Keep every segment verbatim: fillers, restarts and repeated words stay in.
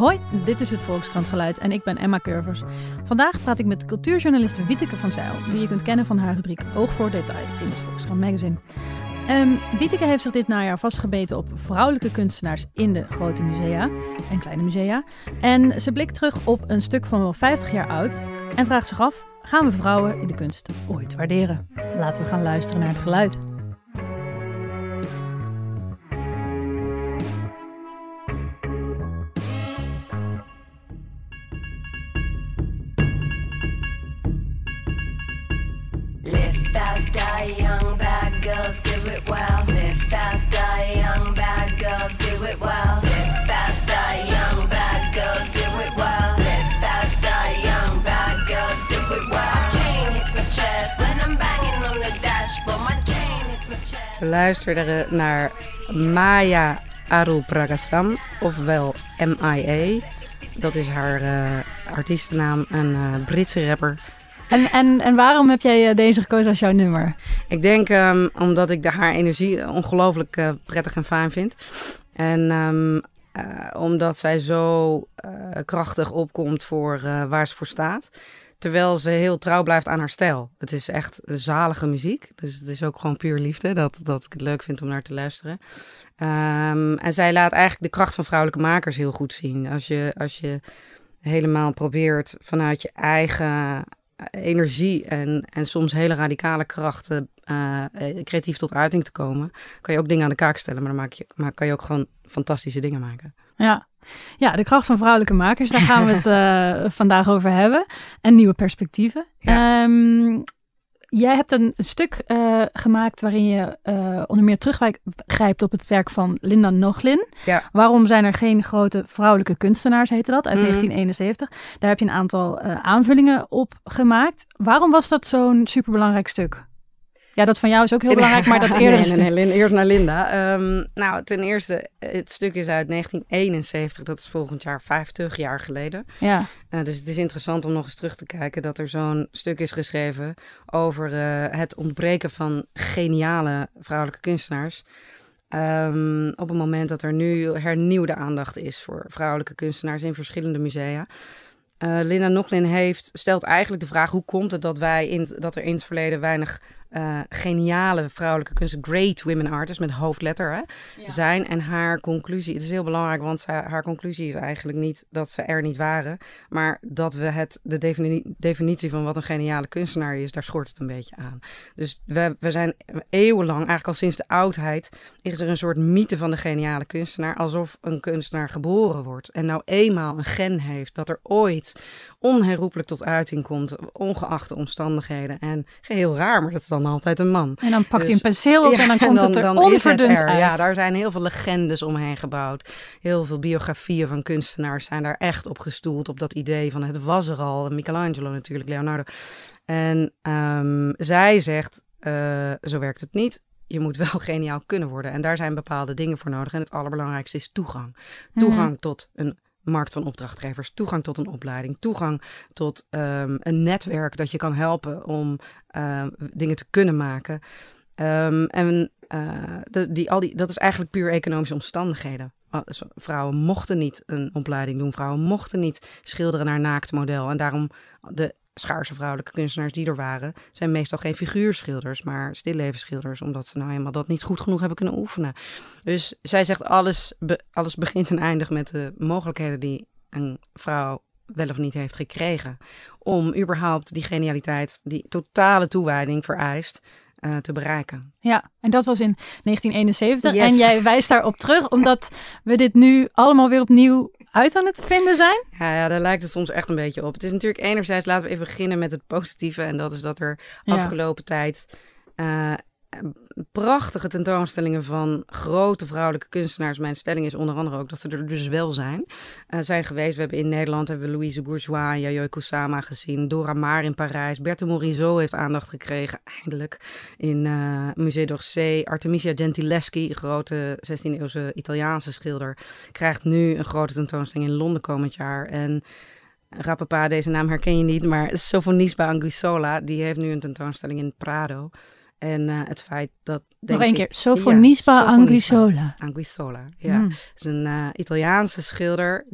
Hoi, dit is het Volkskrant-geluid en ik ben Emma Curvers. Vandaag praat ik met cultuurjournaliste Wieteke van Zijl, die je kunt kennen van haar rubriek Oog voor Detail in het Volkskrant Magazine. Um, Wieteke heeft zich dit najaar vastgebeten op vrouwelijke kunstenaars in de grote musea en kleine musea. En ze blikt terug op een stuk van wel vijftig jaar oud en vraagt zich af, gaan we vrouwen in de kunst ooit waarderen? Laten we gaan luisteren naar het geluid. Young bad girls do it well. Live faster, young bad girls do it well. Live faster, young bad girls do it well. Live faster, young bad girls do it well. My chain hits my chest when I'm banging on the dashboard. My chain hits my chest. We luisteren naar Maya Arupragasam, ofwel M I A. Dat is haar uh, artiestennaam, een uh, Britse rapper. En, en, en waarom heb jij deze gekozen als jouw nummer? Ik denk um, omdat ik de, haar energie ongelooflijk uh, prettig en fijn vind. En um, uh, omdat zij zo uh, krachtig opkomt voor uh, waar ze voor staat. Terwijl ze heel trouw blijft aan haar stijl. Het is echt zalige muziek. Dus het is ook gewoon puur liefde. Dat, dat ik het leuk vind om naar te luisteren. Um, en zij laat eigenlijk de kracht van vrouwelijke makers heel goed zien. Als je, als je helemaal probeert vanuit je eigen energie en, en soms hele radicale krachten uh, creatief tot uiting te komen, kan je ook dingen aan de kaak stellen, maar dan maak je, maar kan je ook gewoon fantastische dingen maken. Ja, ja, de kracht van vrouwelijke makers, daar gaan we het uh, vandaag over hebben. En nieuwe perspectieven. Ja. Um, jij hebt een stuk uh, gemaakt waarin je uh, onder meer teruggrijpt op het werk van Linda Nochlin. Ja. Waarom zijn er geen grote vrouwelijke kunstenaars, heette dat, uit mm. negentien eenenzeventig. Daar heb je een aantal uh, aanvullingen op gemaakt. Waarom was dat zo'n superbelangrijk stuk? Ja, dat van jou is ook heel belangrijk, maar dat eerder nee, stuk. Nee, nee, eerst naar Linda. Um, nou, ten eerste, het stuk is uit negentien eenenzeventig. Dat is volgend jaar vijftig jaar geleden. Ja. Uh, dus het is interessant om nog eens terug te kijken dat er zo'n stuk is geschreven over uh, het ontbreken van geniale vrouwelijke kunstenaars. Um, op het moment dat er nu hernieuwde aandacht is voor vrouwelijke kunstenaars in verschillende musea. Uh, Linda Nochlin heeft, stelt eigenlijk de vraag, hoe komt het dat wij in, dat er in het verleden weinig uh, geniale vrouwelijke kunst, great women artists met hoofdletter hè, ja. zijn. En haar conclusie, het is heel belangrijk, want zij, haar conclusie is eigenlijk niet dat ze er niet waren, maar dat we het, de defini- definitie van wat een geniale kunstenaar is, daar schort het een beetje aan. Dus we, we zijn eeuwenlang, eigenlijk al sinds de oudheid, is er een soort mythe van de geniale kunstenaar, alsof een kunstenaar geboren wordt en nou eenmaal een gen heeft, dat er ooit onherroepelijk tot uiting komt, ongeacht de omstandigheden. En heel raar, maar dat is dan altijd een man. En dan pakt dus, hij een penseel op ja, en dan komt dan, het er dan onverdund het er. uit. Ja, daar zijn heel veel legendes omheen gebouwd. Heel veel biografieën van kunstenaars zijn daar echt op gestoeld, op dat idee van het was er al. Michelangelo natuurlijk, Leonardo. En um, zij zegt, uh, zo werkt het niet. Je moet wel geniaal kunnen worden. En daar zijn bepaalde dingen voor nodig. En het allerbelangrijkste is toegang. Toegang mm. tot een markt van opdrachtgevers, toegang tot een opleiding, toegang tot um, een netwerk dat je kan helpen om uh, dingen te kunnen maken. Um, en uh, de, die, al die, dat is eigenlijk puur economische omstandigheden. Vrouwen mochten niet een opleiding doen, vrouwen mochten niet schilderen naar naaktmodel. En daarom de schaarse vrouwelijke kunstenaars die er waren, zijn meestal geen figuurschilders, maar stillevensschilders, omdat ze nou eenmaal dat niet goed genoeg hebben kunnen oefenen. Dus zij zegt alles, be, alles begint en eindigt met de mogelijkheden die een vrouw wel of niet heeft gekregen om überhaupt die genialiteit, die totale toewijding vereist, uh, te bereiken. Ja, en dat was in negentien eenenzeventig. Yes. En jij wijst daarop terug, omdat we dit nu allemaal weer opnieuw uit aan het vinden zijn? Ja, ja, daar lijkt het soms echt een beetje op. Het is natuurlijk enerzijds, laten we even beginnen met het positieve. En dat is dat er ja. afgelopen tijd uh, prachtige tentoonstellingen van grote vrouwelijke kunstenaars. Mijn stelling is onder andere ook dat ze er dus wel zijn. Uh, zijn geweest. We hebben in Nederland hebben we Louise Bourgeois en Yayoi Kusama gezien. Dora Maar in Parijs. Berthe Morisot heeft aandacht gekregen, eindelijk, in uh, Musée d'Orsay. Artemisia Gentileschi, grote zestiende-eeuwse Italiaanse schilder, krijgt nu een grote tentoonstelling in Londen komend jaar. En Rapapa, deze naam herken je niet, maar Sofonisba Anguissola, die heeft nu een tentoonstelling in Prado. En uh, het feit dat... Nog één keer, Sofonisba ja, Anguissola. Anguissola, ja. Mm. Het is een uh, Italiaanse schilder die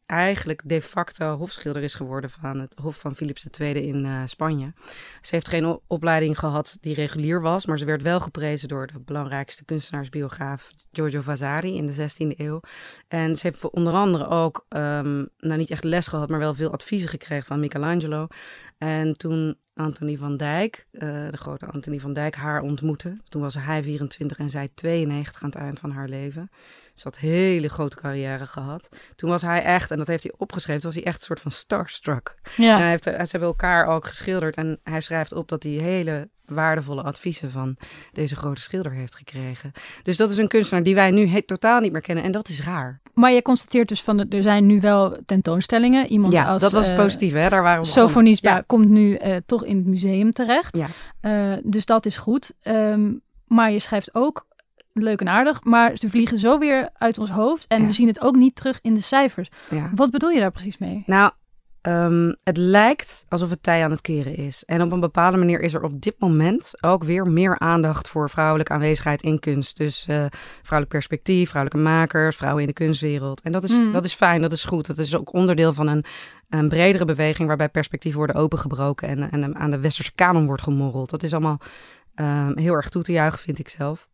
eigenlijk de facto hofschilder is geworden van het Hof van Philips de Tweede in uh, Spanje. Ze heeft geen opleiding gehad die regulier was, maar ze werd wel geprezen door de belangrijkste kunstenaarsbiograaf Giorgio Vasari in de zestiende eeuw. En ze heeft onder andere ook, um, nou niet echt les gehad, maar wel veel adviezen gekregen van Michelangelo. En toen Antonie van Dijk, uh, de grote Antonie van Dijk, haar ontmoette. Toen was hij vierentwintig en zij tweeënnegentig aan het eind van haar leven. Ze had een hele grote carrière gehad. Toen was hij echt, en dat heeft hij opgeschreven, toen was hij echt een soort van starstruck. Ja. En hij heeft, ze hebben elkaar ook geschilderd en hij schrijft op dat hij hele waardevolle adviezen van deze grote schilder heeft gekregen. Dus dat is een kunstenaar die wij nu he- totaal niet meer kennen en dat is raar. Maar je constateert dus van, de, er zijn nu wel tentoonstellingen. Iemand Ja, als, dat was uh, positief, hè? Daar waren we Sofonisba ja. komt nu uh, toch in het museum terecht. Ja. Uh, dus dat is goed. Um, maar je schrijft ook, leuk en aardig, maar ze vliegen zo weer uit ons hoofd en ja. we zien het ook niet terug in de cijfers. Ja. Wat bedoel je daar precies mee? Nou, um, het lijkt alsof het tij aan het keren is. En op een bepaalde manier is er op dit moment ook weer meer aandacht voor vrouwelijke aanwezigheid in kunst. Dus uh, vrouwelijk perspectief, vrouwelijke makers, vrouwen in de kunstwereld. En dat is, mm. dat is fijn, dat is goed. Dat is ook onderdeel van een, een bredere beweging waarbij perspectieven worden opengebroken en, en aan de westerse kanon wordt gemorreld. Dat is allemaal um, heel erg toe te juichen, vind ik zelf.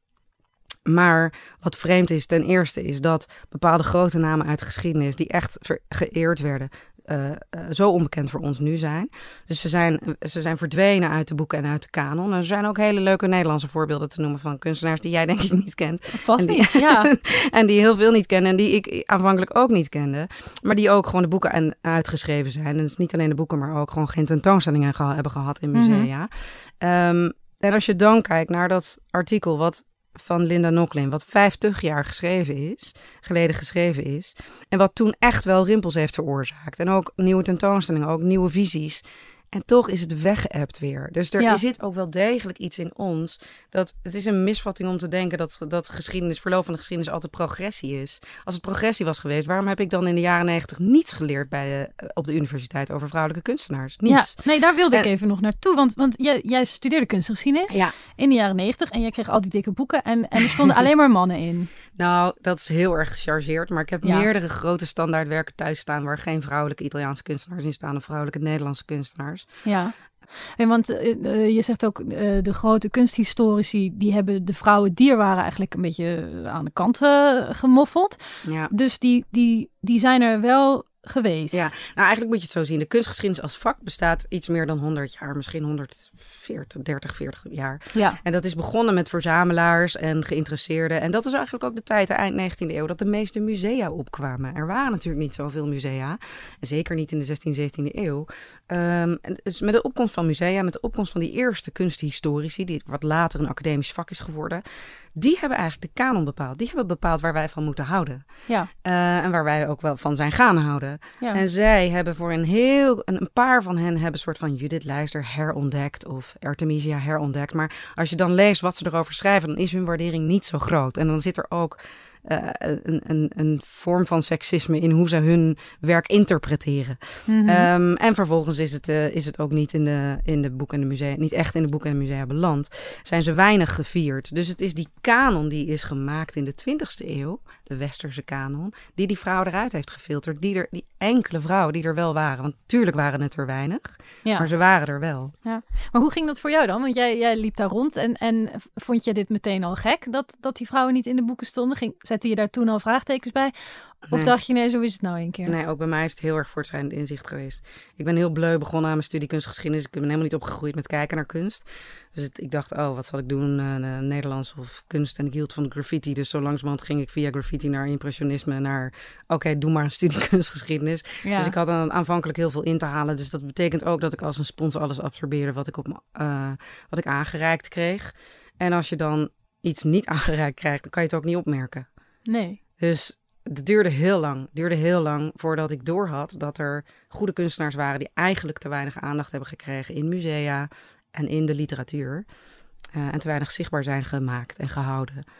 Maar wat vreemd is, ten eerste is dat bepaalde grote namen uit de geschiedenis die echt ver- geëerd werden, uh, uh, zo onbekend voor ons nu zijn. Dus ze zijn, ze zijn verdwenen uit de boeken en uit de kanon. En er zijn ook hele leuke Nederlandse voorbeelden te noemen van kunstenaars die jij denk ik niet kent. Vast en die, niet, ja. En die heel veel niet kennen en die ik aanvankelijk ook niet kende. Maar die ook gewoon de boeken en uitgeschreven zijn. En het is niet alleen de boeken, maar ook gewoon geen tentoonstellingen ge- hebben gehad in musea. Mm-hmm. Um, en als je dan kijkt naar dat artikel wat van Linda Nochlin, wat vijftig jaar geschreven is, geleden geschreven is. En wat toen echt wel rimpels heeft veroorzaakt. En ook nieuwe tentoonstellingen, ook nieuwe visies. En toch is het weggeëpt weer. Dus er ja. zit ook wel degelijk iets in ons. Dat, het is een misvatting om te denken dat, dat geschiedenis, verloop van de geschiedenis altijd progressie is. Als het progressie was geweest, waarom heb ik dan in de jaren negentig niets geleerd bij de, op de universiteit over vrouwelijke kunstenaars? Niets. Ja, nee, daar wilde en, ik even nog naartoe. Want, want jij, jij studeerde kunstgeschiedenis ja. in de jaren negentig en jij kreeg al die dikke boeken en, en er stonden alleen maar mannen in. Nou, dat is heel erg gechargeerd. Maar ik heb ja. meerdere grote standaardwerken thuis staan waar geen vrouwelijke Italiaanse kunstenaars in staan of vrouwelijke Nederlandse kunstenaars. Ja, en want uh, uh, je zegt ook uh, de grote kunsthistorici die hebben de vrouwen die er waren eigenlijk een beetje aan de kant uh, gemoffeld. Ja. Dus die, die, die zijn er wel geweest. Ja, nou eigenlijk moet je het zo zien. De kunstgeschiedenis als vak bestaat iets meer dan honderd jaar, misschien honderdveertig, dertig, veertig jaar. Ja. En dat is begonnen met verzamelaars en geïnteresseerden. En dat is eigenlijk ook de tijd, eind negentiende eeuw, dat de meeste musea opkwamen. Er waren natuurlijk niet zoveel musea. En zeker niet in de zestiende, zeventiende eeuw. Um, en dus met de opkomst van musea, met de opkomst van die eerste kunsthistorici, die wat later een academisch vak is geworden, die hebben eigenlijk de kanon bepaald. Die hebben bepaald waar wij van moeten houden. Ja. Uh, en waar wij ook wel van zijn gaan houden. Ja. En zij hebben voor een heel... Een paar van hen hebben een soort van Judith Leijster herontdekt of Artemisia herontdekt. Maar als je dan leest wat ze erover schrijven, dan is hun waardering niet zo groot. En dan zit er ook uh, een, een, een vorm van seksisme in hoe ze hun werk interpreteren. Mm-hmm. Um, en vervolgens is het, uh, is het ook niet in de, in de boeken en de musea, niet echt in de boeken en de musea beland. Zijn ze weinig gevierd. Dus het is die kanon die is gemaakt in de twintigste eeuw, de westerse kanon, die die vrouw eruit heeft gefilterd. Die, er, die enkele vrouwen die er wel waren. Want natuurlijk waren het er weinig, ja. maar ze waren er wel. Ja. Maar hoe ging dat voor jou dan? Want jij, jij liep daar rond en, en vond je dit meteen al gek, dat, dat die vrouwen niet in de boeken stonden? Ging, zette je daar toen al vraagtekens bij? Of nee. dacht je, nee, zo is het nou een keer? Nee, ook bij mij is het heel erg voortschrijdend inzicht geweest. Ik ben heel bleu begonnen aan mijn studie kunstgeschiedenis. Ik ben helemaal niet opgegroeid met kijken naar kunst. Dus het, ik dacht, oh, wat zal ik doen? Uh, Nederlands of kunst. En ik hield van de graffiti. Dus zo langzamerhand ging ik via graffiti naar impressionisme. Naar, oké, okay, doe maar een studie kunstgeschiedenis. Ja. Dus ik had dan aanvankelijk heel veel in te halen. Dus dat betekent ook dat ik als een spons alles absorbeerde wat ik, op, uh, wat ik aangereikt kreeg. En als je dan iets niet aangereikt krijgt, dan kan je het ook niet opmerken. Nee. Dus het duurde heel lang. Het duurde heel lang voordat ik doorhad dat er goede kunstenaars waren die eigenlijk te weinig aandacht hebben gekregen in musea en in de literatuur. Uh, en te weinig zichtbaar zijn gemaakt en gehouden.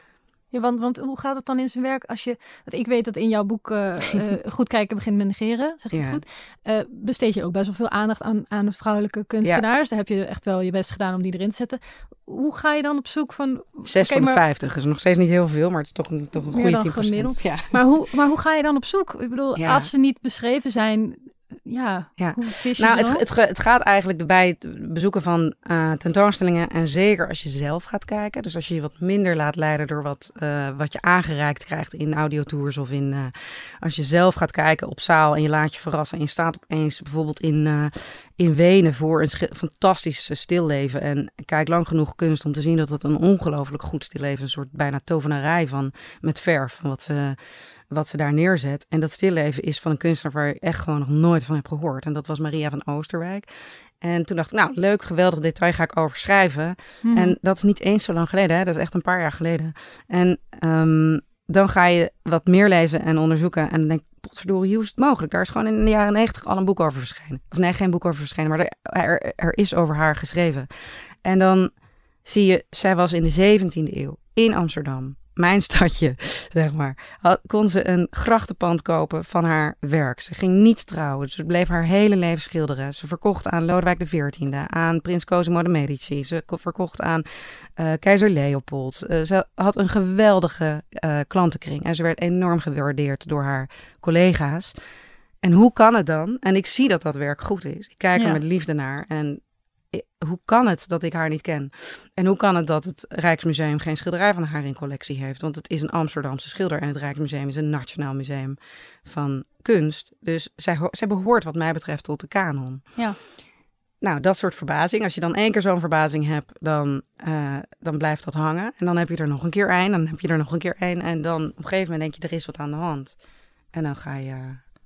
Ja, want, want hoe gaat het dan in zijn werk als je... Want ik weet dat in jouw boek uh, uh, Goed kijken begint met negeren, zeg ik Ja. het goed? Uh, besteed je ook best wel veel aandacht aan, aan de vrouwelijke kunstenaars. Daar heb je echt wel je best gedaan om die erin te zetten. Hoe ga je dan op zoek van... Zes Oké, van de maar- vijftig is nog steeds niet heel veel, maar het is toch een, toch een Meer goede dan tien procent. gemiddeld. Ja. Maar hoe, maar hoe ga je dan op zoek? Ik bedoel, Ja. als ze niet beschreven zijn... Ja, Ja. hoe vis je Nou, ze het, dan? het, ge- het gaat eigenlijk bij het bezoeken van uh, tentoonstellingen en zeker als je zelf gaat kijken. Dus als je je wat minder laat leiden door wat, uh, wat je aangereikt krijgt in audiotours of in, uh, als je zelf gaat kijken op zaal en je laat je verrassen en je staat opeens bijvoorbeeld in, uh, in Wenen voor een schi- fantastisch stilleven en kijk lang genoeg kunst om te zien dat het een ongelooflijk goed stilleven is, een soort bijna tovenarij van met verf, van wat ze... wat ze daar neerzet. En dat stilleven is van een kunstenaar waar je echt gewoon nog nooit van hebt gehoord. En dat was Maria van Oosterwijk. En toen dacht ik, nou, leuk, geweldig detail, ga ik over schrijven. Hmm. En dat is niet eens zo lang geleden, hè? Dat is echt een paar jaar geleden. En um, dan ga je wat meer lezen en onderzoeken. En dan denk ik, potverdorie, hoe is het mogelijk? Daar is gewoon in de jaren negentig al een boek over verschenen. Of nee, geen boek over verschenen, maar er, er, er is over haar geschreven. En dan zie je, zij was in de zeventiende eeuw in Amsterdam. Mijn stadje, zeg maar, had, kon ze een grachtenpand kopen van haar werk. Ze ging niet trouwen, ze bleef haar hele leven schilderen. Ze verkocht aan Lodewijk de veertiende, aan prins Cosimo de Medici. Ze verkocht aan uh, keizer Leopold. Uh, ze had een geweldige uh, klantenkring en ze werd enorm gewaardeerd door haar collega's. En hoe kan het dan? En ik zie dat dat werk goed is. Ik kijk Ja. er met liefde naar en... Hoe kan het dat ik haar niet ken? En hoe kan het dat het Rijksmuseum geen schilderij van haar in collectie heeft? Want het is een Amsterdamse schilder en het Rijksmuseum is een nationaal museum van kunst. Dus zij, ho- zij behoort wat mij betreft tot de kanon. Ja. Nou, dat soort verbazing. Als je dan één keer zo'n verbazing hebt, dan, uh, dan blijft dat hangen. En dan heb je er nog een keer één, dan heb je er nog een keer één. En dan op een gegeven moment denk je, er is wat aan de hand. En dan ga je...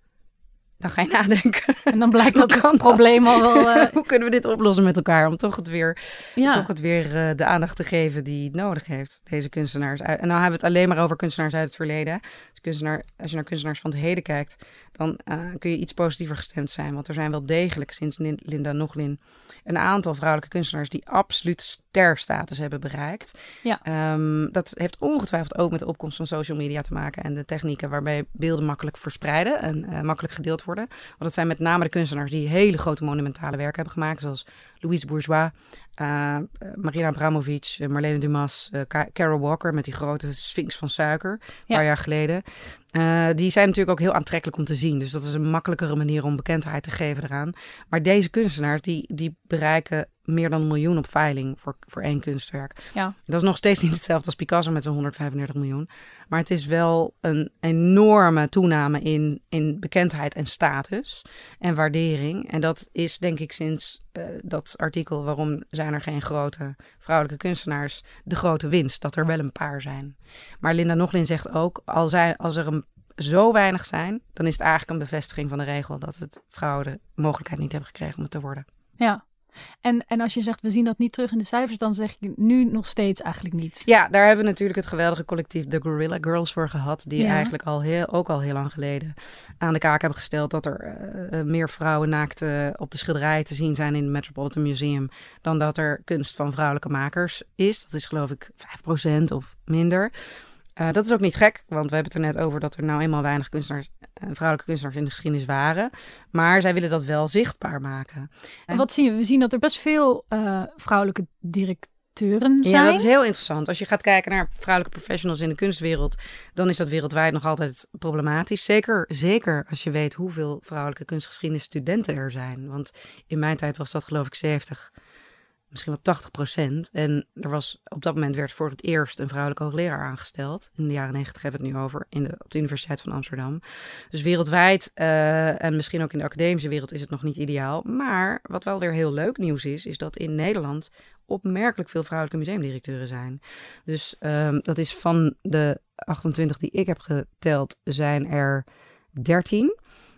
Dan ga je nadenken. En dan blijkt Hoe dat kan het dat? probleem al wel... Uh, Hoe kunnen we dit oplossen met elkaar? Om toch het weer, ja. toch het weer uh, de aandacht te geven die het nodig heeft. Deze kunstenaars. Uit, en nou hebben we het alleen maar over kunstenaars uit het verleden. Als, kunstenaar, als je naar kunstenaars van het heden kijkt, dan uh, kun je iets positiever gestemd zijn. Want er zijn wel degelijk sinds Linda Nochlin een aantal vrouwelijke kunstenaars die absoluut sterstatus hebben bereikt. Ja. Um, dat heeft ongetwijfeld ook met de opkomst van social media te maken en de technieken waarbij beelden makkelijk verspreiden en uh, makkelijk gedeeld worden. Want het zijn met name de kunstenaars die hele grote monumentale werken hebben gemaakt, zoals Louise Bourgeois, uh, Marina Abramovic, uh, Marlene Dumas, uh, Carol Walker met die grote Sphinx van suiker, een Ja. paar jaar geleden. Uh, die zijn natuurlijk ook heel aantrekkelijk om te zien. Dus dat is een makkelijkere manier om bekendheid te geven eraan. Maar deze kunstenaars, die, die bereiken meer dan een miljoen op veiling voor, voor één kunstwerk. Ja. Dat is nog steeds niet hetzelfde als Picasso met zijn honderdvijfendertig miljoen. Maar het is wel een enorme toename in, in bekendheid en status en waardering. En dat is denk ik sinds uh, dat artikel waarom zijn er geen grote vrouwelijke kunstenaars de grote winst. Dat er wel een paar zijn. Maar Linda Nochlin zegt ook, als, zij, als er een, zo weinig zijn, dan is het eigenlijk een bevestiging van de regel dat het vrouwen de mogelijkheid niet hebben gekregen om het te worden. Ja. En, en als je zegt, we zien dat niet terug in de cijfers, dan zeg je nu nog steeds eigenlijk niet. Ja, daar hebben we natuurlijk het geweldige collectief The Guerrilla Girls voor gehad. Die Ja. eigenlijk al heel, ook al heel lang geleden aan de kaak hebben gesteld dat er uh, meer vrouwen naakt uh, op de schilderijen te zien zijn in het Metropolitan Museum dan dat er kunst van vrouwelijke makers is. Dat is geloof ik vijf procent of minder. Uh, dat is ook niet gek, want we hebben het er net over dat er nou eenmaal weinig kunstenaars, uh, vrouwelijke kunstenaars in de geschiedenis waren. Maar zij willen dat wel zichtbaar maken. En wat zien we? We zien dat er best veel uh, vrouwelijke directeuren zijn. Ja, dat is heel interessant. Als je gaat kijken naar vrouwelijke professionals in de kunstwereld, dan is dat wereldwijd nog altijd problematisch. Zeker, zeker als je weet hoeveel vrouwelijke kunstgeschiedenisstudenten er zijn. Want in mijn tijd was dat geloof ik zeventig, misschien wel tachtig procent. En er was, op dat moment werd voor het eerst een vrouwelijke hoogleraar aangesteld. In de jaren negentig hebben we het nu over, in de, op de Universiteit van Amsterdam. Dus wereldwijd uh, en misschien ook in de academische wereld is het nog niet ideaal. Maar wat wel weer heel leuk nieuws is, is dat in Nederland opmerkelijk veel vrouwelijke museumdirecteuren zijn. Dus um, dat is van de achtentwintig die ik heb geteld, zijn er dertien.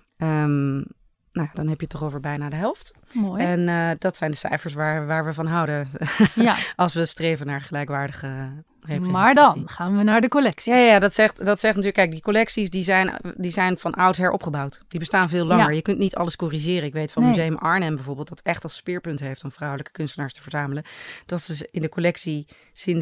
Um, Nou, dan heb je het toch over bijna de helft. Mooi. En uh, dat zijn de cijfers waar, waar we van houden. Ja. Als we streven naar gelijkwaardige representatie. Maar dan gaan we naar de collectie. Ja, ja dat, zegt, dat zegt natuurlijk, kijk, die collecties die zijn, die zijn van oudsher opgebouwd. Die bestaan veel langer. Ja. Je kunt niet alles corrigeren. Ik weet van Nee. Museum Arnhem bijvoorbeeld, dat echt als speerpunt heeft om vrouwelijke kunstenaars te verzamelen. Dat ze in de collectie sinds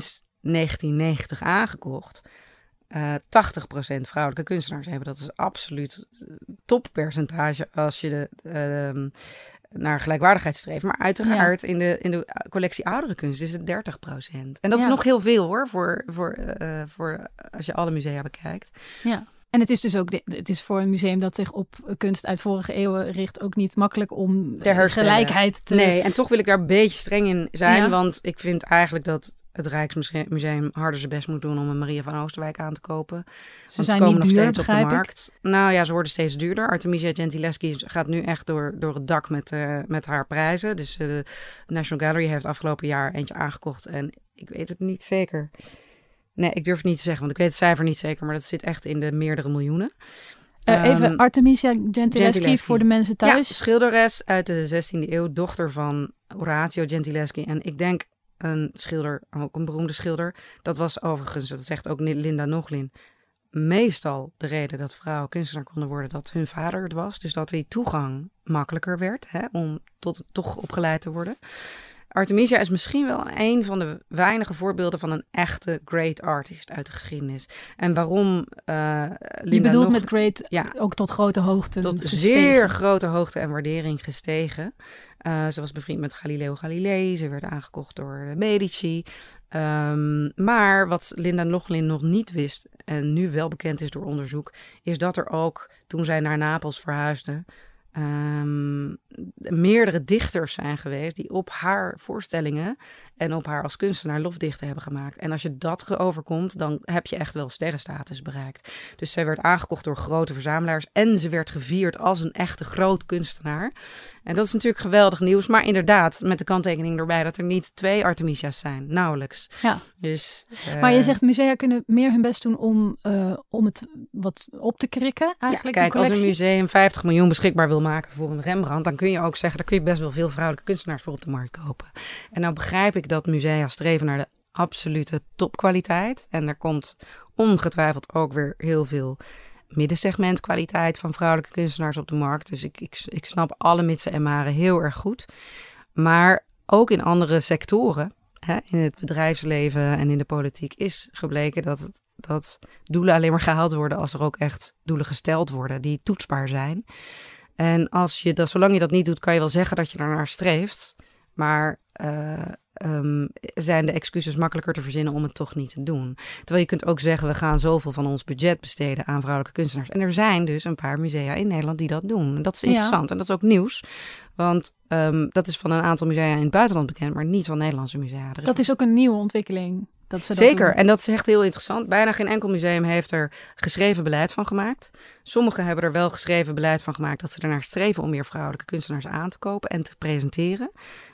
negentien negentig aangekocht. Uh, tachtig procent vrouwelijke kunstenaars hebben. Dat is absoluut toppercentage als je de, uh, naar gelijkwaardigheid streeft. Maar uiteraard ja. in, de, in de collectie oudere kunst is het dertig procent. En dat ja. is nog heel veel hoor, voor, voor, uh, voor als je alle musea bekijkt. Ja. En het is dus ook, het is voor een museum dat zich op kunst uit vorige eeuwen richt ook niet makkelijk om de gelijkheid te... Nee, en toch wil ik daar een beetje streng in zijn, ja. want ik vind eigenlijk dat het Rijksmuseum harder zijn best moet doen om een Maria van Oosterwijk aan te kopen. Ze want zijn ze komen niet nog duur, steeds op de markt. Ik. Nou ja, ze worden steeds duurder. Artemisia Gentileschi gaat nu echt door, door het dak met, uh, met haar prijzen. Dus uh, de National Gallery heeft afgelopen jaar eentje aangekocht en ik weet het niet zeker. Nee, ik durf het niet te zeggen, want ik weet het cijfer niet zeker, maar dat zit echt in de meerdere miljoenen. Uh, even um, Artemisia Gentileschi, Gentileschi voor de mensen thuis. Ja, schilderes uit de zestiende eeuw, dochter van Orazio Gentileschi. En ik denk een schilder, ook een beroemde schilder. Dat was overigens, dat zegt ook Linda Nochlin, meestal de reden dat vrouwen kunstenaar konden worden, dat hun vader het was. Dus dat die toegang makkelijker werd, hè, om tot toch opgeleid te worden. Artemisia is misschien wel een van de weinige voorbeelden van een echte great artist uit de geschiedenis. En waarom uh, Linda Je bedoelt nog, met great ja, ook tot grote hoogte Tot gestegen. zeer grote hoogte en waardering gestegen. Uh, ze was bevriend met Galileo Galilei. Ze werd aangekocht door de Medici. Um, maar wat Linda Nochlin nog niet wist, en nu wel bekend is door onderzoek, is dat er ook, toen zij naar Napels verhuisde, Um, meerdere dichters zijn geweest die op haar voorstellingen en op haar als kunstenaar lofdichten hebben gemaakt. En als je dat overkomt, dan heb je echt wel sterrenstatus bereikt. Dus zij werd aangekocht door grote verzamelaars en ze werd gevierd als een echte groot kunstenaar. En dat is natuurlijk geweldig nieuws, maar inderdaad met de kanttekening erbij dat er niet twee Artemisia's zijn, nauwelijks. Ja. Dus, uh, maar je zegt musea kunnen meer hun best doen om, uh, om het wat op te krikken eigenlijk. Ja, kijk, als een museum vijftig miljoen beschikbaar wil maken voor een Rembrandt, dan kun je ook zeggen, daar kun je best wel veel vrouwelijke kunstenaars voor op de markt kopen. En nou begrijp ik dat musea streven naar de absolute topkwaliteit. En er komt ongetwijfeld ook weer heel veel middensegment kwaliteit van vrouwelijke kunstenaars op de markt. Dus ik, ik, ik snap alle mitsen en maren heel erg goed. Maar ook in andere sectoren, hè, in het bedrijfsleven en in de politiek, is gebleken dat, het, dat doelen alleen maar gehaald worden als er ook echt doelen gesteld worden die toetsbaar zijn. En als je dat, zolang je dat niet doet, kan je wel zeggen dat je ernaar streeft. Maar uh, um, zijn de excuses makkelijker te verzinnen om het toch niet te doen. Terwijl je kunt ook zeggen, we gaan zoveel van ons budget besteden aan vrouwelijke kunstenaars. En er zijn dus een paar musea in Nederland die dat doen. En dat is interessant. Ja. En dat is ook nieuws. Want um, dat is van een aantal musea in het buitenland bekend, maar niet van Nederlandse musea. Is dat is ook een nieuwe ontwikkeling. Dat ze dat Zeker, doen. En dat is echt heel interessant. Bijna geen enkel museum heeft er geschreven beleid van gemaakt. Sommigen hebben er wel geschreven beleid van gemaakt dat ze ernaar streven om meer vrouwelijke kunstenaars aan te kopen en te presenteren.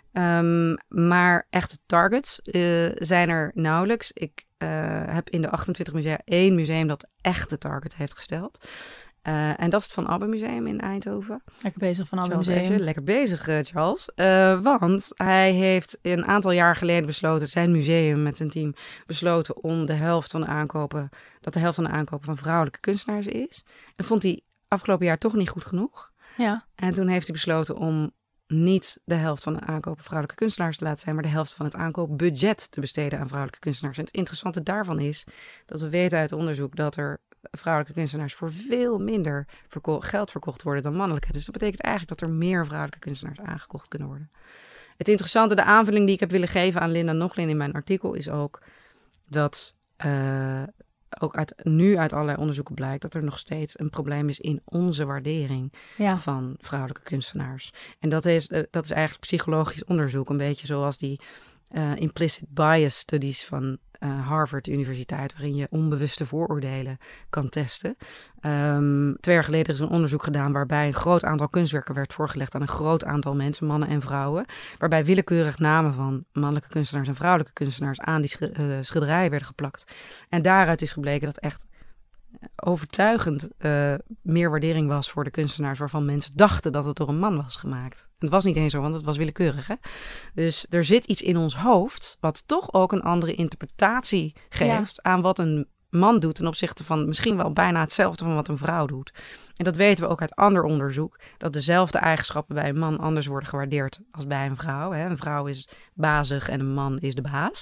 Um, maar echte targets uh, zijn er nauwelijks. Ik uh, heb in de achtentwintig musea één museum dat echte target heeft gesteld. Uh, en dat is het Van Abbe Museum in Eindhoven. Lekker bezig, Van Abbe Museum. Museum. Lekker bezig, uh, Charles. Uh, want hij heeft een aantal jaar geleden besloten, zijn museum met zijn team besloten om de helft van de aankopen, dat de helft van de aankopen van vrouwelijke kunstenaars is. En dat vond hij afgelopen jaar toch niet goed genoeg. Ja. En toen heeft hij besloten om niet de helft van de aankopen vrouwelijke kunstenaars te laten zijn, maar de helft van het aankoopbudget te besteden aan vrouwelijke kunstenaars. En het interessante daarvan is dat we weten uit onderzoek dat er vrouwelijke kunstenaars voor veel minder verko- geld verkocht worden dan mannelijke. Dus dat betekent eigenlijk dat er meer vrouwelijke kunstenaars aangekocht kunnen worden. Het interessante, de aanvulling die ik heb willen geven aan Linda Nochlin in mijn artikel is ook dat uh, ook uit, nu uit allerlei onderzoeken blijkt dat er nog steeds een probleem is in onze waardering ja. van vrouwelijke kunstenaars. En dat is, uh, dat is eigenlijk psychologisch onderzoek, een beetje zoals die uh, implicit bias studies van Uh, Harvard Universiteit, waarin je onbewuste vooroordelen kan testen. Um, twee jaar geleden is een onderzoek gedaan waarbij een groot aantal kunstwerken werd voorgelegd aan een groot aantal mensen, mannen en vrouwen, waarbij willekeurig namen van mannelijke kunstenaars en vrouwelijke kunstenaars aan die sch- uh, schilderijen werden geplakt. En daaruit is gebleken dat echt overtuigend uh, meer waardering was voor de kunstenaars waarvan mensen dachten dat het door een man was gemaakt. En het was niet eens zo, want het was willekeurig. Hè? Dus er zit iets in ons hoofd wat toch ook een andere interpretatie geeft ja. aan wat een man doet ten opzichte van misschien wel bijna hetzelfde van wat een vrouw doet. En dat weten we ook uit ander onderzoek, dat dezelfde eigenschappen bij een man anders worden gewaardeerd als bij een vrouw. Hè. Een vrouw is bazig en een man is de baas.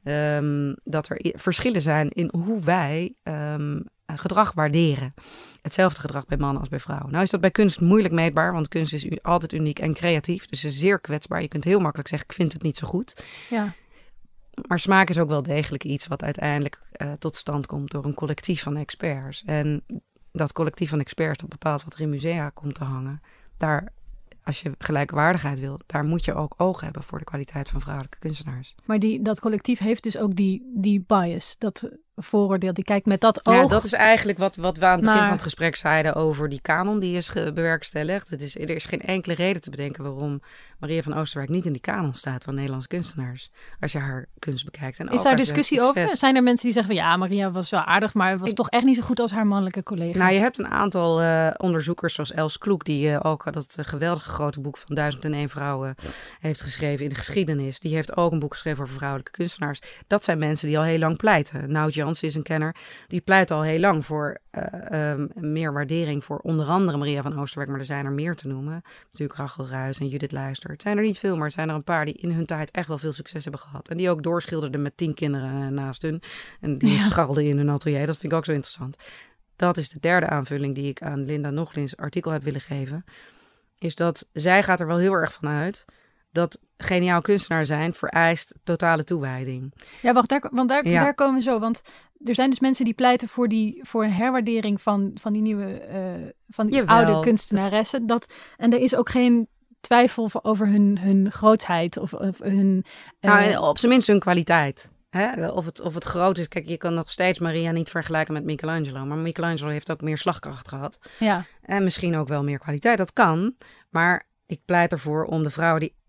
Um, dat er i- verschillen zijn in hoe wij um, gedrag waarderen. Hetzelfde gedrag bij mannen als bij vrouwen. Nou is dat bij kunst moeilijk meetbaar, want kunst is u- altijd uniek en creatief. Dus het is zeer kwetsbaar. Je kunt heel makkelijk zeggen, ik vind het niet zo goed. Ja. Maar smaak is ook wel degelijk iets wat uiteindelijk uh, tot stand komt door een collectief van experts. En dat collectief van experts dat bepaalt wat er in musea komt te hangen. Daar, als je gelijkwaardigheid wil, daar moet je ook oog hebben voor de kwaliteit van vrouwelijke kunstenaars. Maar die, dat collectief heeft dus ook die, die bias, dat vooroordeel. Die kijkt met dat oog. Ja, dat is eigenlijk wat, wat we aan het begin naar... van het gesprek zeiden over die kanon die is ge- bewerkstelligd. Het is, er is geen enkele reden te bedenken waarom Maria van Oosterwijk niet in die kanon staat van Nederlandse kunstenaars. Als je haar kunst bekijkt. En Is ook daar als je discussie succes... over? Zijn er mensen die zeggen van ja, Maria was wel aardig, maar was Ik... toch echt niet zo goed als haar mannelijke collega's? Nou, je hebt een aantal uh, onderzoekers zoals Els Kloek, die uh, ook dat uh, geweldige grote boek van duizend en één vrouwen heeft geschreven in de geschiedenis. Die heeft ook een boek geschreven over vrouwelijke kunstenaars. Dat zijn mensen die al heel lang pleiten. Nout Jansen is een kenner. Die pleit al heel lang voor uh, um, meer waardering voor onder andere Maria van Oosterwijk, maar er zijn er meer te noemen. Natuurlijk Rachel Ruijs en Judith Luister. Het zijn er niet veel, maar het zijn er een paar die in hun tijd echt wel veel succes hebben gehad. En die ook doorschilderden met tien kinderen uh, naast hun. En die ja. scharrelden in hun atelier. Dat vind ik ook zo interessant. Dat is de derde aanvulling die ik aan Linda Noglins artikel heb willen geven. Is dat zij gaat er wel heel erg van uit dat geniaal kunstenaar zijn vereist totale toewijding. Ja, wacht, daar, want daar, ja. daar komen we zo. Want er zijn dus mensen die pleiten voor, die, voor een herwaardering van, van die nieuwe, uh, van die Jawel, oude kunstenaressen. Dat, en er is ook geen twijfel over hun, hun grootheid of, of hun... Uh... Nou, op zijn minst hun kwaliteit. Hè? Of, het, of het groot is. Kijk, je kan nog steeds Maria niet vergelijken met Michelangelo. Maar Michelangelo heeft ook meer slagkracht gehad. Ja. En misschien ook wel meer kwaliteit. Dat kan. Maar ik pleit ervoor om de vrouwen die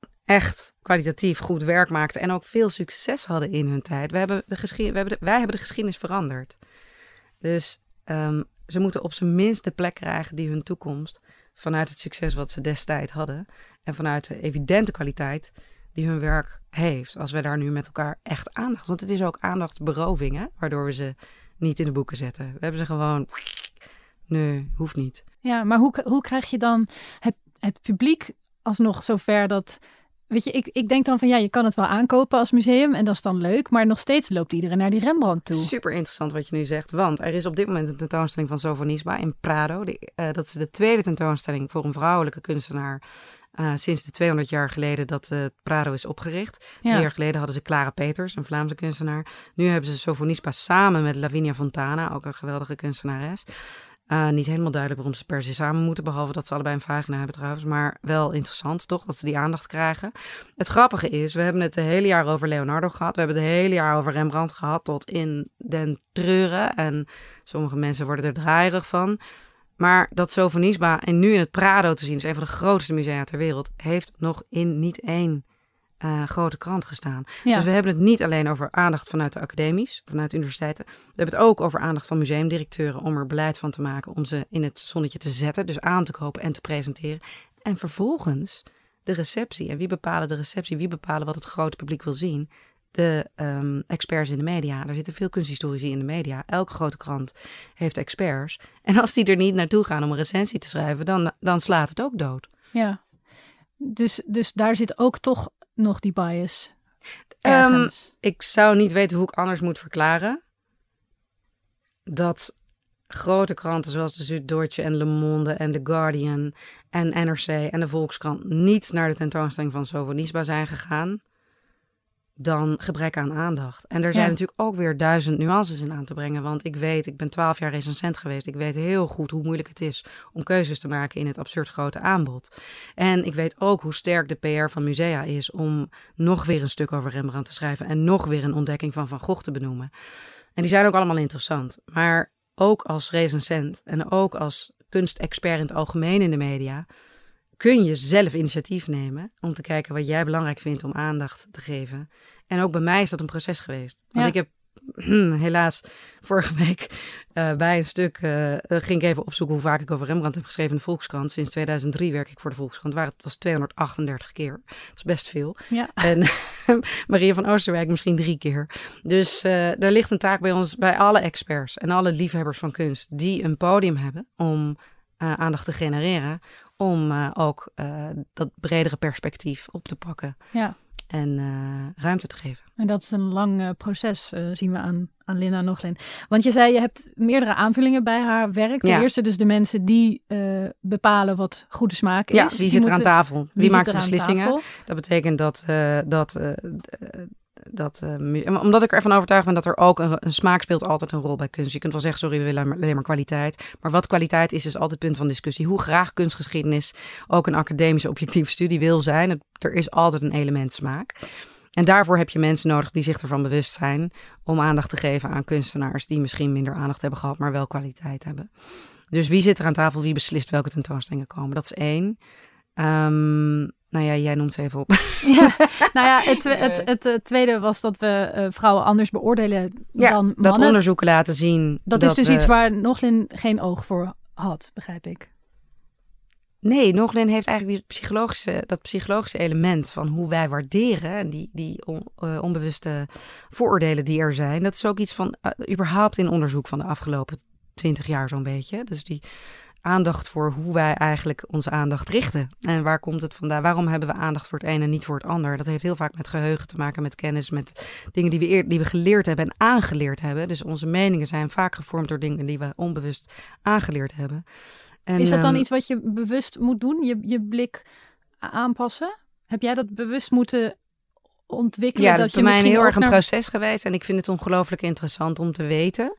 echt kwalitatief goed werk maakten en ook veel succes hadden in hun tijd. We hebben de geschied- we hebben de, wij hebben de geschiedenis veranderd. Dus um, ze moeten op zijn minst de plek krijgen die hun toekomst vanuit het succes wat ze destijds hadden en vanuit de evidente kwaliteit die hun werk heeft. Als we daar nu met elkaar echt aandacht, want het is ook aandachtsberoving, hè, waardoor we ze niet in de boeken zetten. We hebben ze gewoon, nee, hoeft niet. Ja, maar hoe, hoe krijg je dan het, het publiek alsnog zover dat... Weet je, ik, ik denk dan van ja, je kan het wel aankopen als museum en dat is dan leuk, maar nog steeds loopt iedereen naar die Rembrandt toe. Super interessant wat je nu zegt, want er is op dit moment een tentoonstelling van Sofonisba in Prado. Die, uh, dat is de tweede tentoonstelling voor een vrouwelijke kunstenaar uh, sinds de tweehonderd jaar geleden dat uh, Prado is opgericht. Ja. Twee jaar geleden hadden ze Clara Peters, een Vlaamse kunstenaar. Nu hebben ze Sofonisba samen met Lavinia Fontana, ook een geweldige kunstenares. Uh, niet helemaal duidelijk waarom ze per se samen moeten, behalve dat ze allebei een vagina hebben trouwens. Maar wel interessant, toch? Dat ze die aandacht krijgen. Het grappige is, we hebben het de hele jaar over Leonardo gehad. We hebben het de hele jaar over Rembrandt gehad, tot in den treuren. En sommige mensen worden er draaierig van. Maar dat Sofonisba en nu in het Prado te zien, is een van de grootste musea ter wereld, heeft nog in niet één Uh, grote krant gestaan. Ja. Dus we hebben het niet alleen over aandacht vanuit de academies, vanuit de universiteiten. We hebben het ook over aandacht van museumdirecteuren om er beleid van te maken, om ze in het zonnetje te zetten, dus aan te kopen en te presenteren. En vervolgens de receptie. En wie bepalen de receptie? Wie bepalen wat het grote publiek wil zien? De um, experts in de media. Er zitten veel kunsthistorici in de media. Elke grote krant heeft experts. En als die er niet naartoe gaan om een recensie te schrijven, dan, dan slaat het ook dood. Ja, dus, dus daar zit ook toch nog die bias. Um, ik zou niet weten hoe ik anders moet verklaren dat grote kranten zoals de Süddeutsche en Le Monde en The Guardian en N R C en de Volkskrant niet naar de tentoonstelling van Sofonisba zijn gegaan dan gebrek aan aandacht. En er zijn ja. natuurlijk ook weer duizend nuances in aan te brengen. Want ik weet, ik ben twaalf jaar recensent geweest. Ik weet heel goed hoe moeilijk het is om keuzes te maken in het absurd grote aanbod. En ik weet ook hoe sterk de P R van musea is om nog weer een stuk over Rembrandt te schrijven en nog weer een ontdekking van Van Gogh te benoemen. En die zijn ook allemaal interessant. Maar ook als recensent en ook als kunstexpert in het algemeen in de media kun je zelf initiatief nemen om te kijken wat jij belangrijk vindt om aandacht te geven. En ook bij mij is dat een proces geweest. Want ja. ik heb helaas vorige week uh, bij een stuk uh, ging ik even opzoeken hoe vaak ik over Rembrandt heb geschreven in de Volkskrant. Sinds tweeduizend drie werk ik voor de Volkskrant. Waar het was tweehonderdachtendertig keer. Dat is best veel. Ja. En Maria van Oosterwijk misschien drie keer. Dus uh, er ligt een taak bij ons, bij alle experts en alle liefhebbers van kunst, die een podium hebben om uh, aandacht te genereren. Om uh, ook uh, dat bredere perspectief op te pakken. Ja. En uh, ruimte te geven. En dat is een lang uh, proces, uh, zien we aan, aan Linda Nochlin. Want je zei, je hebt meerdere aanvullingen bij haar werk. Ten ja. eerste dus de mensen die uh, bepalen wat goede smaak is. Ja, wie zit moeten, er aan tafel? Wie, wie maakt de er aan beslissingen? tafel? Dat betekent dat... Uh, dat uh, Dat, uh, omdat ik ervan overtuigd ben dat er ook een, een smaak speelt altijd een rol bij kunst. Je kunt wel zeggen, sorry, we willen alleen maar kwaliteit. Maar wat kwaliteit is, is altijd punt van discussie. Hoe graag kunstgeschiedenis ook een academische objectieve studie wil zijn. Het, er is altijd een element smaak. En daarvoor heb je mensen nodig die zich ervan bewust zijn om aandacht te geven aan kunstenaars die misschien minder aandacht hebben gehad, maar wel kwaliteit hebben. Dus wie zit er aan tafel, wie beslist welke tentoonstellingen komen? Dat is één. Um, Nou ja, jij noemt ze even op. Ja, nou ja, het, het, het, het, het tweede was dat we uh, vrouwen anders beoordelen ja, dan mannen. Dat onderzoeken laten zien. Dat, dat is dus we... iets waar Nochlin geen oog voor had, begrijp ik. Nee, Nochlin heeft eigenlijk die psychologische, dat psychologische element van hoe wij waarderen en die, die on, uh, onbewuste vooroordelen die er zijn. Dat is ook iets van uh, überhaupt in onderzoek van de afgelopen twintig jaar zo'n beetje. Dus die aandacht voor hoe wij eigenlijk onze aandacht richten. En waar komt het vandaan? Waarom hebben we aandacht voor het een en niet voor het ander? Dat heeft heel vaak met geheugen te maken, met kennis, met dingen die we, eer, die we geleerd hebben en aangeleerd hebben. Dus onze meningen zijn vaak gevormd door dingen die we onbewust aangeleerd hebben. En, is dat dan um, iets wat je bewust moet doen? Je, je blik aanpassen? Heb jij dat bewust moeten ontwikkelen? Ja, dat, dat is bij mij een heel erg een naar... proces geweest. En ik vind het ongelooflijk interessant om te weten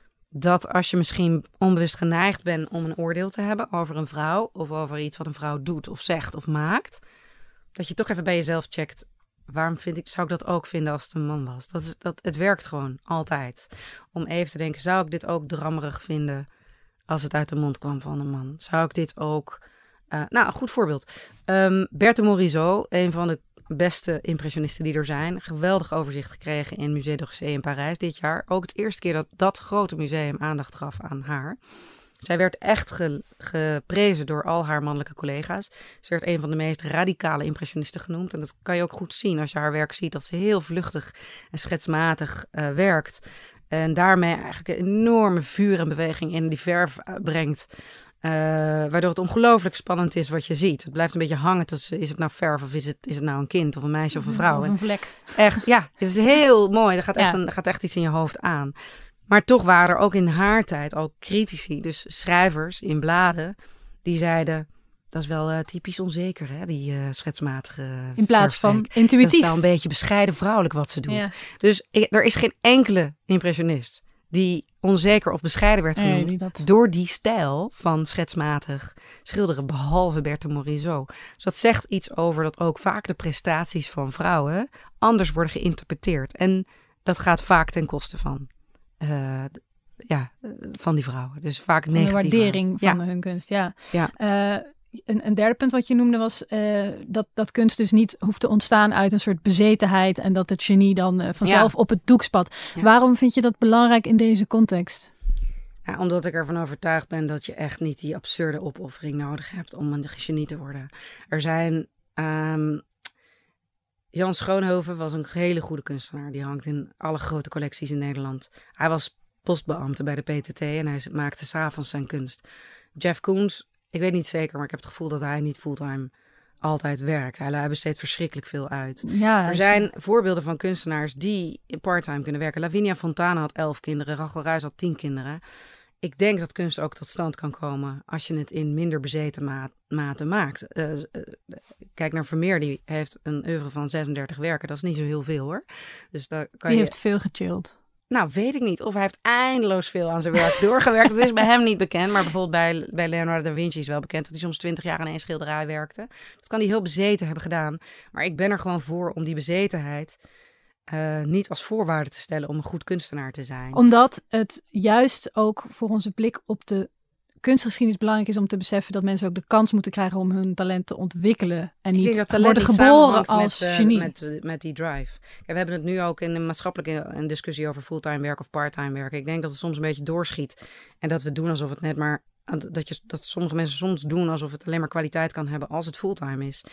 dat als je misschien onbewust geneigd bent om een oordeel te hebben over een vrouw of over iets wat een vrouw doet of zegt of maakt, dat je toch even bij jezelf checkt, waarom vind ik, zou ik dat ook vinden als het een man was? Dat is, dat, het werkt gewoon altijd. Om even te denken, zou ik dit ook drammerig vinden als het uit de mond kwam van een man? Zou ik dit ook... Uh, nou, een goed voorbeeld. Um, Berthe Morisot, een van de beste impressionisten die er zijn. Geweldig overzicht gekregen in Musée d'Orsay in Parijs dit jaar. Ook het eerste keer dat dat grote museum aandacht gaf aan haar. Zij werd echt ge, geprezen door al haar mannelijke collega's. Ze werd een van de meest radicale impressionisten genoemd. En dat kan je ook goed zien als je haar werk ziet, dat ze heel vluchtig en schetsmatig uh, werkt. En daarmee eigenlijk een enorme vuur en beweging in die verf brengt. Uh, waardoor het ongelooflijk spannend is wat je ziet. Het blijft een beetje hangen tussen, is het nou verf of is het, is het nou een kind of een meisje of een vrouw? Of een vlek. Echt, ja, het is heel mooi. Er gaat echt, ja. een, er gaat echt iets in je hoofd aan. Maar toch waren er ook in haar tijd al critici, dus schrijvers in bladen, die zeiden, dat is wel uh, typisch onzeker, hè, die uh, schetsmatige in plaats verfstreek. van intuïtief. Dat is wel een beetje bescheiden vrouwelijk wat ze doet. Ja. Dus ik, er is geen enkele impressionist die onzeker of bescheiden werd genoemd nee, dat... door die stijl van schetsmatig schilderen, behalve Berthe Morisot. Dus dat zegt iets over dat ook vaak de prestaties van vrouwen anders worden geïnterpreteerd. En dat gaat vaak ten koste van, uh, ja, van die vrouwen. Dus vaak negatief. De waardering van ja. hun kunst, ja. ja. Uh, Een, een derde punt wat je noemde was uh, dat, dat kunst dus niet hoeft te ontstaan uit een soort bezetenheid en dat het genie dan uh, vanzelf ja. op het doek spat. Ja. Waarom vind je dat belangrijk in deze context? Ja, omdat ik ervan overtuigd ben dat je echt niet die absurde opoffering nodig hebt om een genie te worden. Er zijn... Um, Jan Schoonhoven was een hele goede kunstenaar. Die hangt in alle grote collecties in Nederland. Hij was postbeambte bij de P T T en hij maakte 's avonds zijn kunst. Jeff Koons... Ik weet niet zeker, maar ik heb het gevoel dat hij niet fulltime altijd werkt. Hij besteedt verschrikkelijk veel uit. Ja, er zijn is... voorbeelden van kunstenaars die parttime kunnen werken. Lavinia Fontana had elf kinderen. Rachel Ruijs had tien kinderen. Ik denk dat kunst ook tot stand kan komen als je het in minder bezeten ma- mate maakt. Uh, uh, kijk naar Vermeer, die heeft een oeuvre van zesendertig werken. Dat is niet zo heel veel hoor. Dus daar kan die je... heeft veel gechilled. Nou, weet ik niet. Of hij heeft eindeloos veel aan zijn werk doorgewerkt. Dat is bij hem niet bekend. Maar bijvoorbeeld bij, bij Leonardo da Vinci is wel bekend dat hij soms twintig jaar aan één schilderij werkte. Dat kan hij heel bezeten hebben gedaan. Maar ik ben er gewoon voor om die bezetenheid uh, niet als voorwaarde te stellen om een goed kunstenaar te zijn. Omdat het juist ook voor onze blik op de kunstgeschiedenis belangrijk is om te beseffen dat mensen ook de kans moeten krijgen om hun talent te ontwikkelen. En Ik niet denk dat talent worden niet geboren samenhangt als met, uh, genie. Met, uh, met die drive. Kijk, we hebben het nu ook in de maatschappelijke een discussie over fulltime werk of parttime werken. Ik denk dat het soms een beetje doorschiet. En dat we doen alsof het net maar... Dat, je, dat sommige mensen soms doen alsof het alleen maar kwaliteit kan hebben als het fulltime is.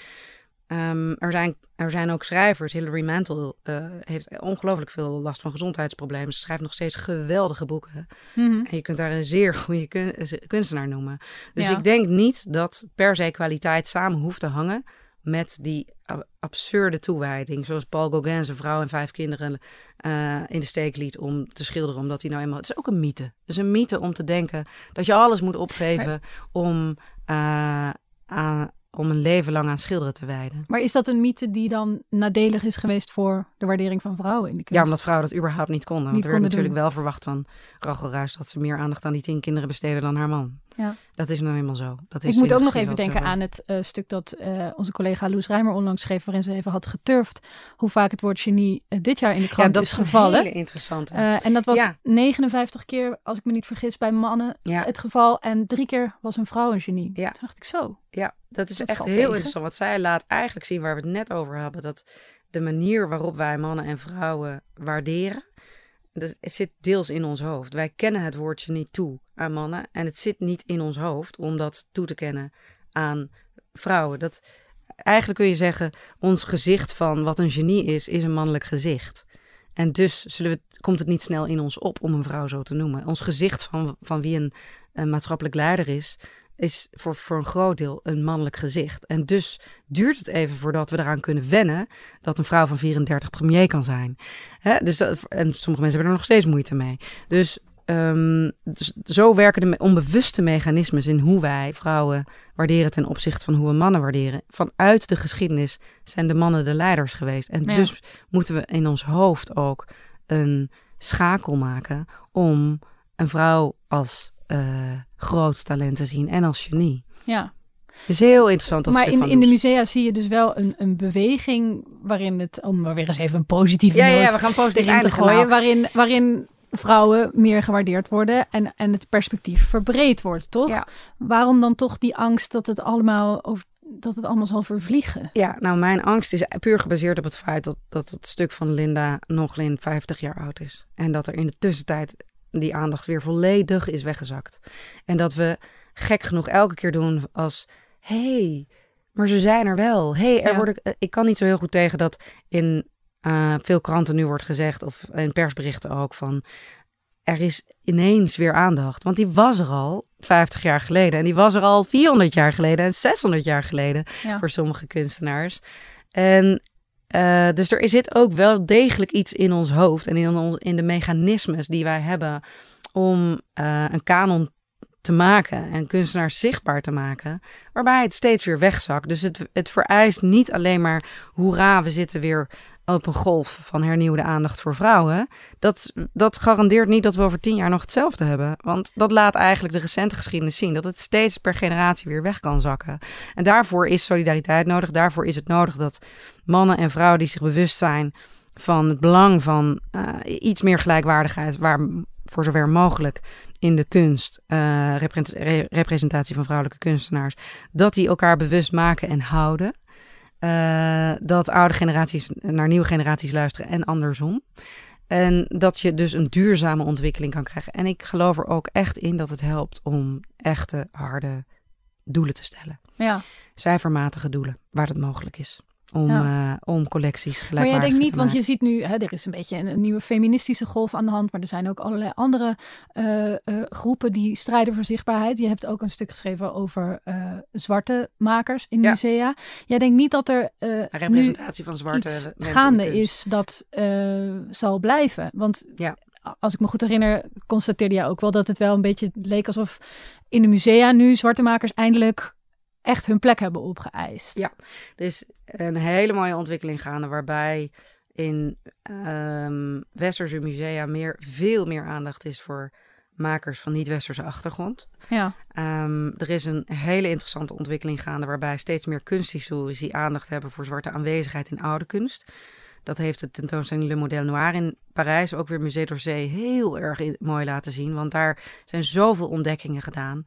Um, er, zijn, er zijn ook schrijvers. Hilary Mantel uh, heeft ongelooflijk veel last van gezondheidsproblemen. Ze schrijft nog steeds geweldige boeken. Mm-hmm. En je kunt daar een zeer goede kun, kunstenaar noemen. Dus ja. ik denk niet dat per se kwaliteit samen hoeft te hangen met die absurde toewijding. Zoals Paul Gauguin zijn vrouw en vijf kinderen uh, in de steek liet om te schilderen. Omdat hij nou eenmaal... Het is ook een mythe. Het is een mythe om te denken dat je alles moet opgeven maar... om... Uh, uh, om een leven lang aan schilderen te wijden. Maar is dat een mythe die dan nadelig is geweest voor de waardering van vrouwen in de kunst? Ja, omdat vrouwen dat überhaupt niet konden. Want niet er werd konden natuurlijk doen. wel verwacht van Rachel Ruijs dat ze meer aandacht aan die tien kinderen besteden dan haar man. Ja. Dat is nou eenmaal zo. Dat is Ik moet ook nog gezien even dat denken aan het uh, stuk dat uh, onze collega Loes Rijmer onlangs schreef, waarin ze even had geturfd hoe vaak het woord genie uh, dit jaar in de krant ja, dat is is gevallen. Een hele interessante. Uh, en dat was ja. negenenvijftig keer, als ik me niet vergis, bij mannen ja. het geval. En drie keer was een vrouw een genie. Ja. Toen dacht ik zo. Ja, dat is dat echt heel tegen. interessant. Want zij laat eigenlijk zien waar we het net over hebben. Dat de manier waarop wij mannen en vrouwen waarderen, dat zit deels in ons hoofd. Wij kennen het woord genie toe aan mannen. En het zit niet in ons hoofd om dat toe te kennen aan vrouwen. Dat, eigenlijk kun je zeggen, ons gezicht van wat een genie is, is een mannelijk gezicht. En dus zullen we, komt het niet snel in ons op om een vrouw zo te noemen. Ons gezicht van, van wie een, een maatschappelijk leider is, is voor, voor een groot deel een mannelijk gezicht. En dus duurt het even voordat we eraan kunnen wennen dat een vrouw van vierendertig premier kan zijn. Hè? Dus dat, en sommige mensen hebben er nog steeds moeite mee. Dus, um, dus zo werken de me- onbewuste mechanismes in hoe wij vrouwen waarderen ten opzichte van hoe we mannen waarderen. Vanuit de geschiedenis zijn de mannen de leiders geweest. En ja. dus moeten we in ons hoofd ook een schakel maken om een vrouw als Uh, groot talent te zien en als genie. Ja. Het is heel interessant. Dat maar stuk in, van in de musea zie je dus wel een, een beweging waarin het, om maar weer eens even een positieve ja, noot ja, we gaan positief erin te gooien, nou. waarin, waarin vrouwen meer gewaardeerd worden en, en het perspectief verbreed wordt, toch? Ja. Waarom dan toch die angst dat het allemaal over dat het allemaal zal vervliegen? Ja, nou mijn angst is puur gebaseerd op het feit dat, dat het stuk van Linda nog geen vijftig jaar oud is. En dat er in de tussentijd die aandacht weer volledig is weggezakt. En dat we gek genoeg elke keer doen als, hé, hey, maar ze zijn er wel. Hé, hey, er ja. worden, ik kan niet zo heel goed tegen dat in uh, veel kranten nu wordt gezegd, of in persberichten ook, van er is ineens weer aandacht. Want die was er al vijftig jaar geleden. En die was er al vierhonderd jaar geleden en zeshonderd jaar geleden ja. voor sommige kunstenaars. En Uh, dus er zit ook wel degelijk iets in ons hoofd en in, ons, in de mechanismes die wij hebben om uh, een kanon te maken en kunstenaars zichtbaar te maken, waarbij het steeds weer wegzakt. Dus het, het vereist niet alleen maar, hoera, we zitten weer op een golf van hernieuwde aandacht voor vrouwen. Dat, dat garandeert niet dat we over tien jaar nog hetzelfde hebben. Want dat laat eigenlijk de recente geschiedenis zien, dat het steeds per generatie weer weg kan zakken. En daarvoor is solidariteit nodig. Daarvoor is het nodig dat mannen en vrouwen die zich bewust zijn van het belang van uh, iets meer gelijkwaardigheid, waar voor zover mogelijk in de kunst, uh, repre- representatie van vrouwelijke kunstenaars, dat die elkaar bewust maken en houden. Uh, dat oude generaties naar nieuwe generaties luisteren en andersom. En dat je dus een duurzame ontwikkeling kan krijgen. En ik geloof er ook echt in dat het helpt om echte, harde doelen te stellen. Ja. Cijfermatige doelen, waar dat mogelijk is. Om, ja. uh, om collecties gelijkwaardig Maar jij denkt niet, te want maken. je ziet nu, hè, er is een beetje een, een nieuwe feministische golf aan de hand, maar er zijn ook allerlei andere uh, uh, groepen die strijden voor zichtbaarheid. Je hebt ook een stuk geschreven over uh, zwarte makers in ja. musea. Jij denkt niet dat er uh, een representatie van zwarte iets mensen gaande is dat uh, zal blijven? Want ja. als ik me goed herinner, constateerde jij ook wel dat het wel een beetje leek alsof in de musea nu zwarte makers eindelijk echt hun plek hebben opgeëist. Ja, er is een hele mooie ontwikkeling gaande waarbij in um, westerse musea meer, veel meer aandacht is voor makers van niet-westerse achtergrond. Ja. Um, er is een hele interessante ontwikkeling gaande waarbij steeds meer kunsthistorici aandacht hebben voor zwarte aanwezigheid in oude kunst. Dat heeft de tentoonstelling Le Modèle Noir in Parijs, ook weer Musée d'Orsay, heel erg in, mooi laten zien. Want daar zijn zoveel ontdekkingen gedaan.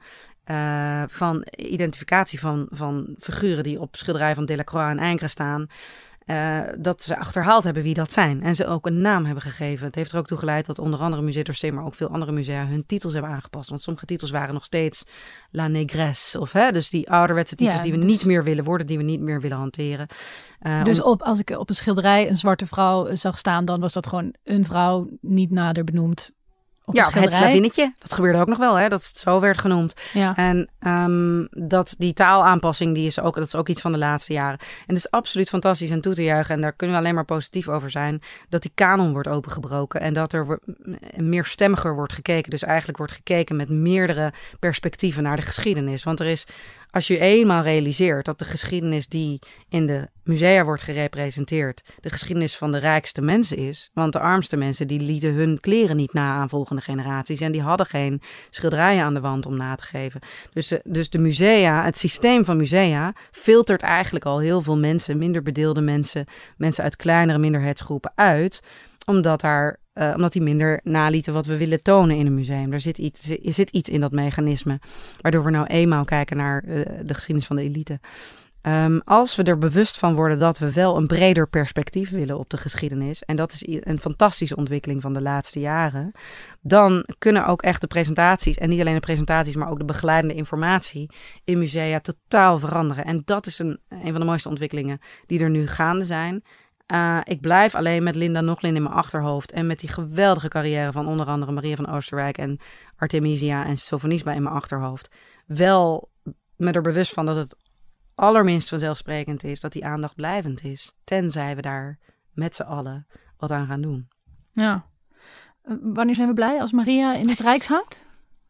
Uh, van identificatie van, van figuren die op schilderijen van Delacroix en Ingres staan. Uh, dat ze achterhaald hebben wie dat zijn. En ze ook een naam hebben gegeven. Het heeft er ook toe geleid dat onder andere Musée d'Orsay, maar ook veel andere musea hun titels hebben aangepast. Want sommige titels waren nog steeds La Négresse. Of, hè, dus die ouderwetse titels ja, die we dus niet meer willen worden, die we niet meer willen hanteren. Uh, dus om... op, als ik op een schilderij een zwarte vrouw zag staan, dan was dat gewoon een vrouw niet nader benoemd. Ja, het slavinnetje. Dat gebeurde ook nog wel, hè? Dat het zo werd genoemd. Ja. En um, dat die taalaanpassing, die is ook, dat is ook iets van de laatste jaren. En het is absoluut fantastisch en toe te juichen. En daar kunnen we alleen maar positief over zijn. Dat die kanon wordt opengebroken. En dat er meer stemmiger wordt gekeken. Dus eigenlijk wordt gekeken met meerdere perspectieven naar de geschiedenis. Want er is, als je eenmaal realiseert dat de geschiedenis die in de musea wordt gerepresenteerd, de geschiedenis van de rijkste mensen is. Want de armste mensen, die lieten hun kleren niet na aan volgende generaties. En die hadden geen schilderijen aan de wand om na te geven. Dus de, dus de musea, het systeem van musea, filtert eigenlijk al heel veel mensen, minder bedeelde mensen, mensen uit kleinere minderheidsgroepen uit. Omdat daar, uh, omdat die minder nalieten wat we willen tonen in een museum. Er zit iets, er zit iets in dat mechanisme, waardoor we nou eenmaal kijken naar uh, de geschiedenis van de elite. Um, als we er bewust van worden dat we wel een breder perspectief willen op de geschiedenis, en dat is een fantastische ontwikkeling van de laatste jaren, dan kunnen ook echt de presentaties, en niet alleen de presentaties, maar ook de begeleidende informatie in musea totaal veranderen. En dat is een, een van de mooiste ontwikkelingen die er nu gaande zijn. Uh, ik blijf alleen met Linda Nochlin in mijn achterhoofd en met die geweldige carrière van onder andere Maria van Oosterwijk en Artemisia en Sofonisba in mijn achterhoofd, wel me er bewust van dat het allerminst vanzelfsprekend is dat die aandacht blijvend is. Tenzij we daar met z'n allen wat aan gaan doen. Ja. Uh, wanneer zijn we blij als Maria in het Rijks hangt?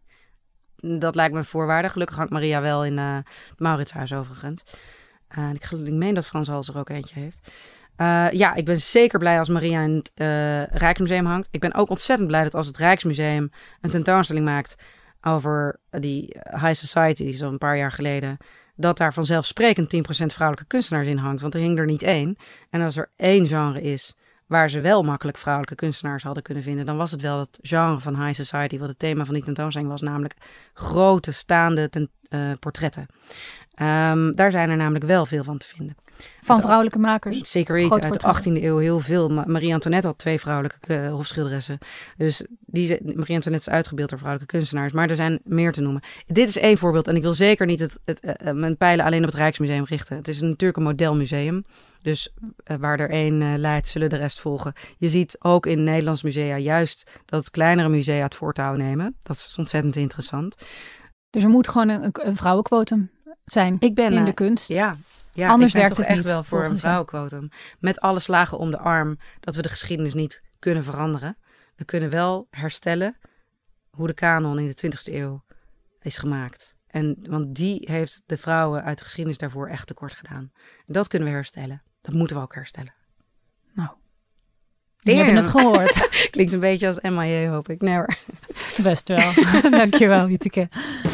Dat lijkt me een voorwaarde. Gelukkig hangt Maria wel in uh, het Mauritshuis overigens. Uh, ik, ik meen dat Frans Hals er ook eentje heeft. Uh, ja, ik ben zeker blij als Maria in het uh, Rijksmuseum hangt. Ik ben ook ontzettend blij dat als het Rijksmuseum een tentoonstelling maakt over die High Society, die zo'n paar jaar geleden, dat daar vanzelfsprekend tien procent vrouwelijke kunstenaars in hangt. Want er hing er niet één. En als er één genre is waar ze wel makkelijk vrouwelijke kunstenaars hadden kunnen vinden, dan was het wel het genre van High Society, wat het thema van die tentoonstelling was, namelijk grote staande ten, uh, portretten. Um, daar zijn er namelijk wel veel van te vinden. Van vrouwelijke makers? Zeker weten, uit de achttiende eeuw heel veel. Marie Antoinette had twee vrouwelijke uh, hofschilderessen. Dus die, Marie Antoinette is uitgebeeld door vrouwelijke kunstenaars. Maar er zijn meer te noemen. Dit is één voorbeeld. En ik wil zeker niet het, het, uh, mijn pijlen alleen op het Rijksmuseum richten. Het is natuurlijk een modelmuseum. Dus uh, waar er één uh, leidt, zullen de rest volgen. Je ziet ook in Nederlands musea juist dat kleinere musea het voortouw nemen. Dat is ontzettend interessant. Dus er moet gewoon een, een vrouwenquotum zijn ik ben, in de kunst. Ja, ja anders ik ben werkt toch het echt niet, wel voor een vrouwenquotum. Met alle slagen om de arm dat we de geschiedenis niet kunnen veranderen. We kunnen wel herstellen hoe de kanon in de twintigste eeuw is gemaakt. En, want die heeft de vrouwen uit de geschiedenis daarvoor echt tekort gedaan. En dat kunnen we herstellen. Dat moeten we ook herstellen. Nou, we hebben het gehoord. Klinkt een beetje als M I A, hoop ik. Nee hoor. Best wel. Dankjewel, Wieteke.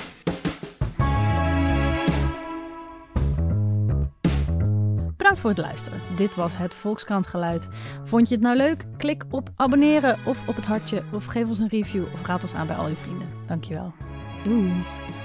Bedankt voor het luisteren. Dit was het Volkskrant Geluid. Vond je het nou leuk? Klik op abonneren of op het hartje of geef ons een review of raad ons aan bij al je vrienden. Dankjewel. Doei.